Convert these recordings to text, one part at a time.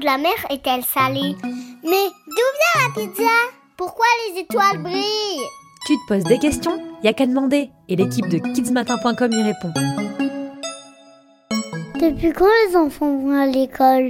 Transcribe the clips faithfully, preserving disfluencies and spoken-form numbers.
de la mer est-elle salée? Mais d'où vient la pizza? Pourquoi les étoiles brillent? Tu te poses des questions? Y a qu'à demander. Et l'équipe de kids matin point com y répond. Depuis quand les enfants vont à l'école?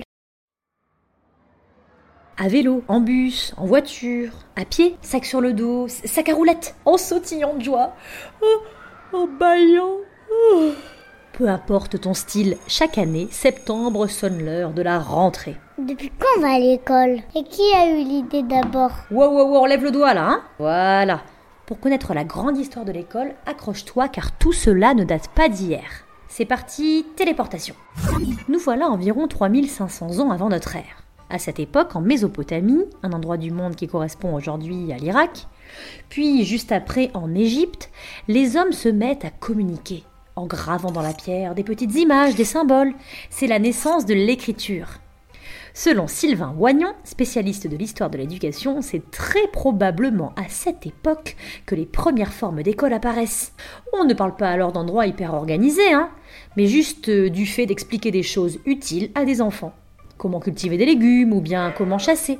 À vélo, en bus, en voiture, à pied, sac sur le dos, sac à roulettes, en sautillant de joie, oh, en bâillant. Oh. Peu importe ton style, chaque année, septembre sonne l'heure de la rentrée. Depuis quand on va à l'école? Et qui a eu l'idée d'abord? Wow, wow, wow, on lève le doigt là, hein? Voilà. Pour connaître la grande histoire de l'école, accroche-toi car tout cela ne date pas d'hier. C'est parti, téléportation. Nous voilà environ trois mille cinq cents ans avant notre ère. À cette époque, en Mésopotamie, un endroit du monde qui correspond aujourd'hui à l'Irak, puis juste après en Égypte, les hommes se mettent à communiquer, en gravant dans la pierre des petites images, des symboles. C'est la naissance de l'écriture. Selon Sylvain Wagnon, spécialiste de l'histoire de l'éducation, c'est très probablement à cette époque que les premières formes d'école apparaissent. On ne parle pas alors d'endroits hyper organisés, hein, mais juste du fait d'expliquer des choses utiles à des enfants. Comment cultiver des légumes ou bien comment chasser.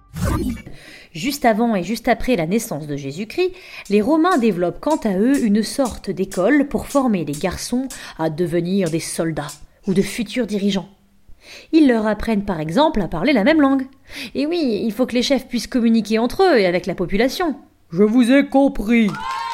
Juste avant et juste après la naissance de Jésus-Christ, les Romains développent quant à eux une sorte d'école pour former les garçons à devenir des soldats ou de futurs dirigeants. Ils leur apprennent par exemple à parler la même langue. Et oui, il faut que les chefs puissent communiquer entre eux et avec la population. Je vous ai compris.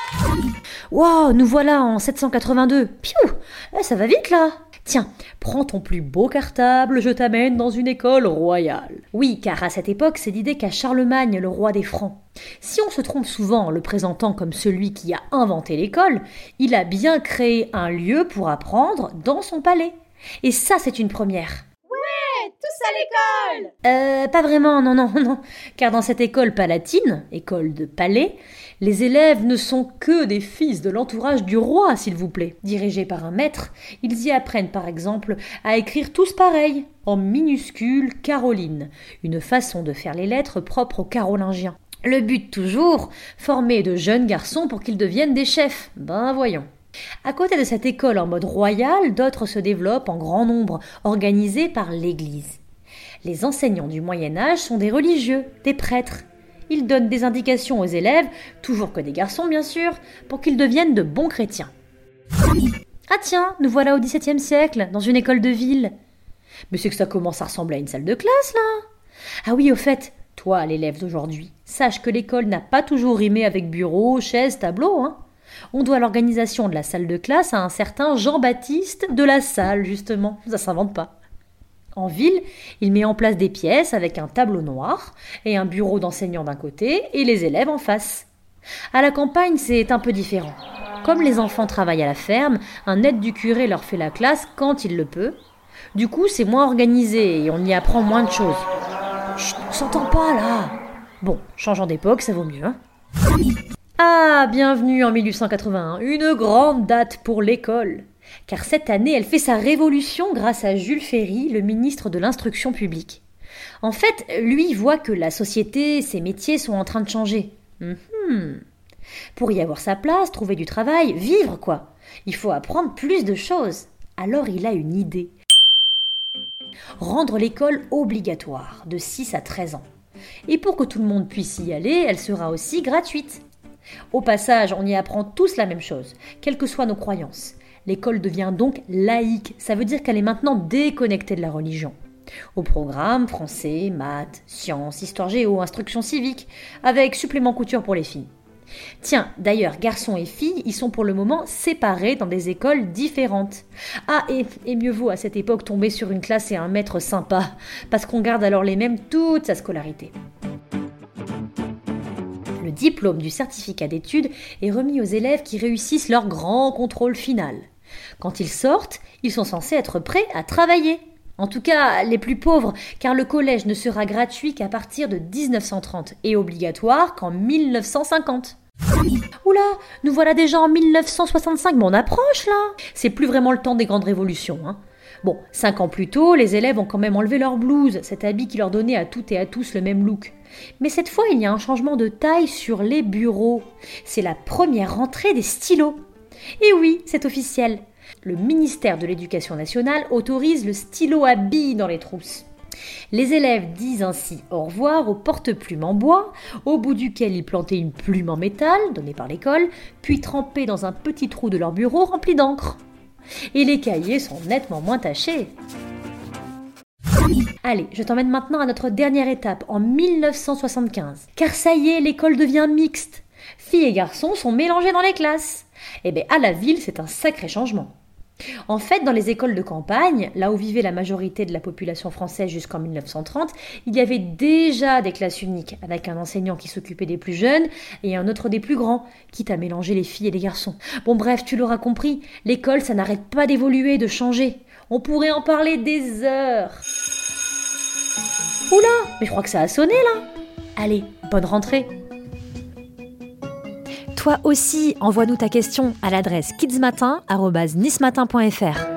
Wow, nous voilà en sept cent quatre-vingt-deux. Piou, ça va vite là. Tiens, prends ton plus beau cartable, je t'amène dans une école royale. Oui, car à cette époque, c'est l'idée qu'a Charlemagne, le roi des Francs. Si on se trompe souvent en le présentant comme celui qui a inventé l'école, il a bien créé un lieu pour apprendre dans son palais. Et ça, c'est une première. Ouais, tous à l'école! Euh, pas vraiment, non, non, non. Car dans cette école palatine, école de palais, les élèves ne sont que des fils de l'entourage du roi, s'il vous plaît. Dirigés par un maître, ils y apprennent par exemple à écrire tous pareil, en minuscule Caroline, une façon de faire les lettres propres aux Carolingiens. Le but toujours, former de jeunes garçons pour qu'ils deviennent des chefs. Ben voyons. À côté de cette école en mode royal, d'autres se développent en grand nombre, organisées par l'Église. Les enseignants du Moyen-Âge sont des religieux, des prêtres. Ils donnent des indications aux élèves, toujours que des garçons bien sûr, pour qu'ils deviennent de bons chrétiens. Ah tiens, nous voilà au dix-septième siècle, dans une école de ville. Mais c'est que ça commence à ressembler à une salle de classe, là. Ah oui, au fait, toi, l'élève d'aujourd'hui, sache que l'école n'a pas toujours rimé avec bureau, chaise, tableau, hein. On doit l'organisation de la salle de classe à un certain Jean-Baptiste de la Salle, justement. Ça s'invente pas. En ville, il met en place des pièces avec un tableau noir et un bureau d'enseignant d'un côté et les élèves en face. À la campagne, c'est un peu différent. Comme les enfants travaillent à la ferme, un aide du curé leur fait la classe quand il le peut. Du coup, c'est moins organisé et on y apprend moins de choses. Chut, on s'entend pas là. Bon, changeant d'époque, ça vaut mieux, hein. Ah, bienvenue en mille huit cent quatre-vingt-un, une grande date pour l'école. Car cette année, elle fait sa révolution grâce à Jules Ferry, le ministre de l'Instruction publique. En fait, lui voit que la société, ses métiers sont en train de changer. Mm-hmm. Pour y avoir sa place, trouver du travail, vivre quoi. Il faut apprendre plus de choses. Alors il a une idée. Rendre l'école obligatoire, de six à treize ans. Et pour que tout le monde puisse y aller, elle sera aussi gratuite. Au passage, on y apprend tous la même chose, quelles que soient nos croyances. L'école devient donc laïque, ça veut dire qu'elle est maintenant déconnectée de la religion. Au programme, français, maths, sciences, histoire géo, instruction civique, avec supplément couture pour les filles. Tiens, d'ailleurs, garçons et filles, ils sont pour le moment séparés dans des écoles différentes. Ah, et, et mieux vaut à cette époque tomber sur une classe et un maître sympa, parce qu'on garde alors les mêmes toute sa scolarité. Le diplôme du certificat d'études est remis aux élèves qui réussissent leur grand contrôle final. Quand ils sortent, ils sont censés être prêts à travailler. En tout cas, les plus pauvres, car le collège ne sera gratuit qu'à partir de dix-neuf cent trente et obligatoire qu'en mille neuf cent cinquante. Oula, nous voilà déjà en mille neuf cent soixante-cinq, mais on approche là. C'est plus vraiment le temps des grandes révolutions, hein. Bon, cinq ans plus tôt, les élèves ont quand même enlevé leur blouse, cet habit qui leur donnait à toutes et à tous le même look. Mais cette fois, il y a un changement de taille sur les bureaux. C'est la première rentrée des stylos. Et oui, c'est officiel. Le ministère de l'Éducation nationale autorise le stylo à billes dans les trousses. Les élèves disent ainsi au revoir au porte-plume en bois, au bout duquel ils plantaient une plume en métal, donnée par l'école, puis trempée dans un petit trou de leur bureau rempli d'encre. Et les cahiers sont nettement moins tachés. Allez, je t'emmène maintenant à notre dernière étape, en mille neuf cent soixante-quinze. Car ça y est, l'école devient mixte. Filles et garçons sont mélangés dans les classes. Eh bien, à la ville, c'est un sacré changement. En fait, dans les écoles de campagne, là où vivait la majorité de la population française jusqu'en mille neuf cent trente, il y avait déjà des classes uniques, avec un enseignant qui s'occupait des plus jeunes et un autre des plus grands, quitte à mélanger les filles et les garçons. Bon bref, tu l'auras compris, l'école, ça n'arrête pas d'évoluer, de changer. On pourrait en parler des heures. Oula, mais je crois que ça a sonné là. Allez, bonne rentrée. Toi aussi, envoie-nous ta question à l'adresse kidsmatin arobase nice matin point f r.